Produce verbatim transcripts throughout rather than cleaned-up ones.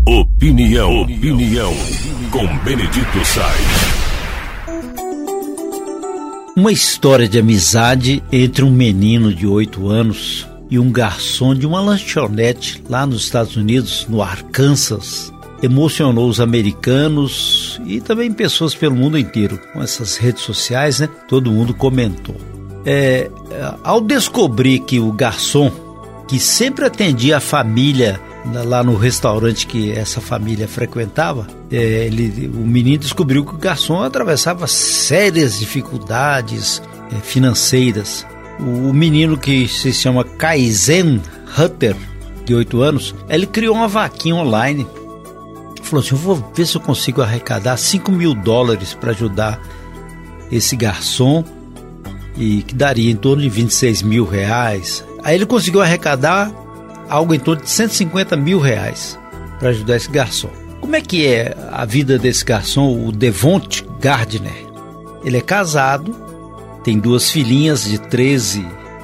Opinião, opinião, com Benedito Sainz. Uma história de amizade entre um menino de oito anos e um garçom de uma lanchonete lá nos Estados Unidos, no Arkansas, emocionou os americanos e também pessoas pelo mundo inteiro. Com essas redes sociais, né? Todo mundo comentou. É, ao descobrir que o garçom, que sempre atendia a família lá no restaurante que essa família frequentava, é, ele, o menino descobriu que o garçom atravessava sérias dificuldades é, financeiras. O, o menino, que se chama Kaizen Hutter, de oito anos, ele criou uma vaquinha online. Falou assim: eu vou ver se eu consigo arrecadar cinco mil dólares para ajudar esse garçom, e que daria em torno de vinte e seis mil reais. Aí ele conseguiu arrecadar algo em torno de cento e cinquenta mil reais para ajudar esse garçom. Como é que é a vida desse garçom, o Devonte Gardner? Ele é casado, tem duas filhinhas de treze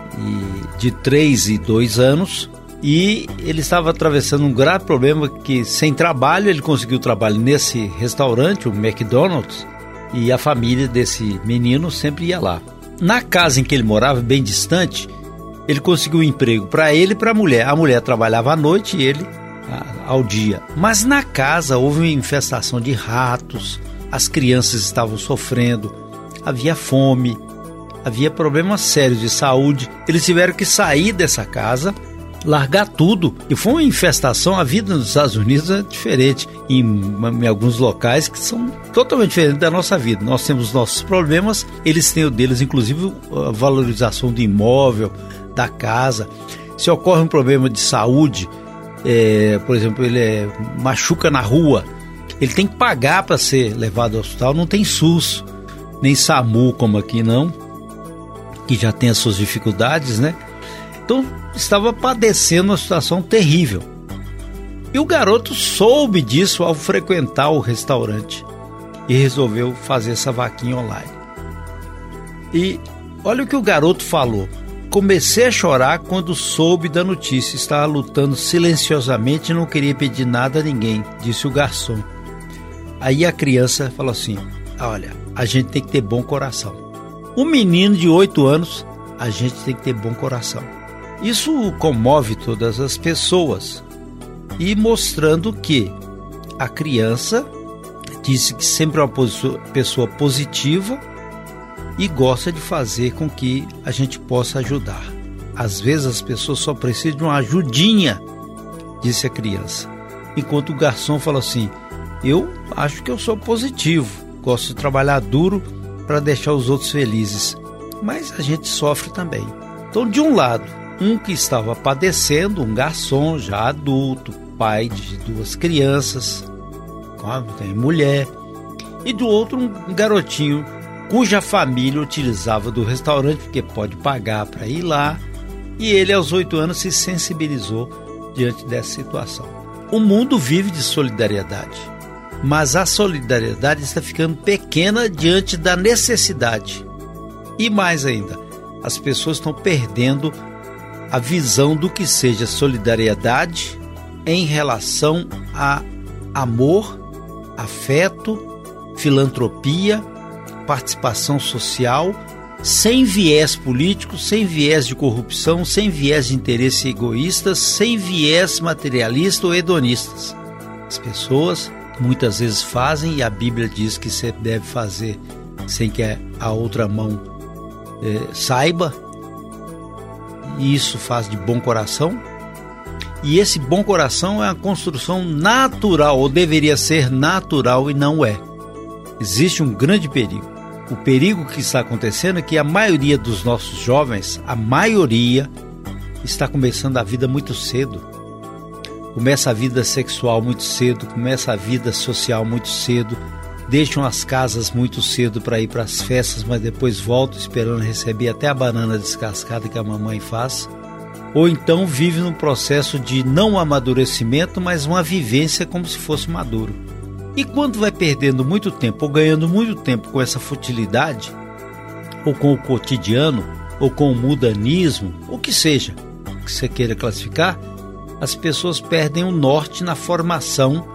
e de três e dois anos, e ele estava atravessando um grave problema, que sem trabalho, ele conseguiu trabalho nesse restaurante, o McDonald's, e a família desse menino sempre ia lá. Na casa em que ele morava, bem distante, ele conseguiu um emprego para ele e para a mulher. A mulher trabalhava à noite e ele ao dia. Mas na casa houve uma infestação de ratos, as crianças estavam sofrendo, havia fome, havia problemas sérios de saúde. Eles tiveram que sair dessa casa, largar tudo, e foi uma infestação. A vida nos Estados Unidos é diferente em, em alguns locais que são totalmente diferentes da nossa vida. Nós temos nossos problemas, eles têm o deles, inclusive a valorização do imóvel, da casa. Se ocorre um problema de saúde, é, por exemplo, ele é, machuca na rua, ele tem que pagar para ser levado ao hospital. Não tem SUS, nem SAMU como aqui não, que já tem as suas dificuldades, né? Então estava padecendo uma situação terrível. E o garoto soube disso ao frequentar o restaurante e resolveu fazer essa vaquinha online. E olha o que o garoto falou: comecei a chorar quando soube da notícia. Estava lutando silenciosamente e não queria pedir nada a ninguém, disse o garçom. Aí a criança falou assim: olha, a gente tem que ter bom coração. Um menino de oito anos, a gente tem que ter bom coração. Isso comove todas as pessoas, e mostrando que a criança disse que sempre é uma pessoa positiva e gosta de fazer com que a gente possa ajudar. Às vezes as pessoas só precisam de uma ajudinha, disse a criança. Enquanto o garçom falou assim: eu acho que eu sou positivo, gosto de trabalhar duro para deixar os outros felizes, mas a gente sofre também. Então, de um lado, um que estava padecendo, um garçom já adulto, pai de duas crianças, tem mulher, e do outro um garotinho cuja família utilizava do restaurante porque pode pagar para ir lá, e ele aos oito anos se sensibilizou diante dessa situação. O mundo vive de solidariedade, mas a solidariedade está ficando pequena diante da necessidade. E mais ainda, as pessoas estão perdendo a visão do que seja solidariedade em relação a amor, afeto, filantropia, participação social, sem viés político, sem viés de corrupção, sem viés de interesse egoístas, sem viés materialista ou hedonistas. As pessoas muitas vezes fazem, e a Bíblia diz que você deve fazer sem que a outra mão eh, saiba, e isso faz de bom coração. E esse bom coração é uma construção natural, ou deveria ser natural, e não é. Existe um grande perigo. O perigo que está acontecendo é que a maioria dos nossos jovens, a maioria, está começando a vida muito cedo. Começa a vida sexual muito cedo, começa a vida social muito cedo, deixam as casas muito cedo para ir para as festas, mas depois voltam esperando receber até a banana descascada que a mamãe faz. Ou então vive num processo de não amadurecimento, mas uma vivência como se fosse maduro. E quando vai perdendo muito tempo, ou ganhando muito tempo com essa futilidade, ou com o cotidiano, ou com o mudanismo, o que seja que você queira classificar, as pessoas perdem o norte na formação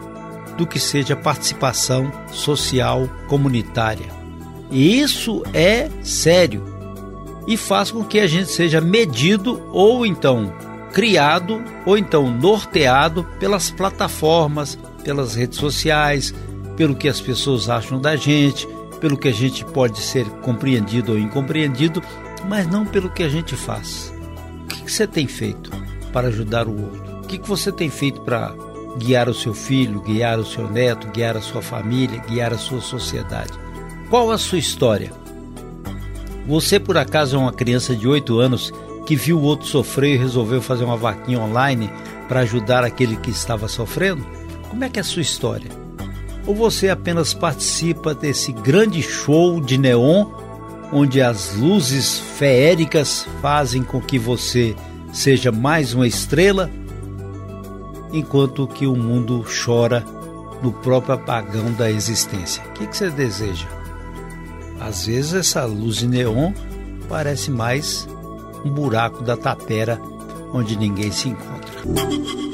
do que seja participação social comunitária. E isso é sério e faz com que a gente seja medido ou então criado ou então norteado pelas plataformas, pelas redes sociais, pelo que as pessoas acham da gente, pelo que a gente pode ser compreendido ou incompreendido, mas não pelo que a gente faz. O que que você tem feito para ajudar o outro? O que que você tem feito para guiar o seu filho, guiar o seu neto, guiar a sua família, guiar a sua sociedade? Qual a sua história? Você, por acaso, é uma criança de oito anos que viu o outro sofrer e resolveu fazer uma vaquinha online para ajudar aquele que estava sofrendo? Como é que é a sua história? Ou você apenas participa desse grande show de neon, onde as luzes feéricas fazem com que você seja mais uma estrela, enquanto que o mundo chora no próprio apagão da existência? O que que você deseja? Às vezes essa luz de neon parece mais um buraco da tapera onde ninguém se encontra.